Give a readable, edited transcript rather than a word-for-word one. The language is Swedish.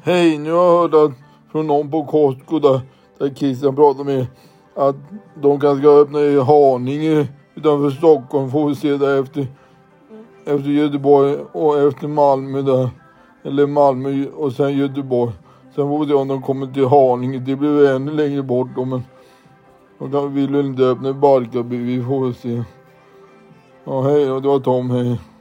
Hej, nu har jag hört att från någon på Costco där Christian pratar med att de kanske ska öppna i Haninge utanför Stockholm. Får vi se där efter Göteborg och efter Malmö där. Eller Malmö och sen Göteborg. Sen får vi se om de kommer till Haninge. Det blir ännu längre bort då, men de vill väl inte öppna i Barkarby. Vi får se. Ja, hej då, det var Tom, hej.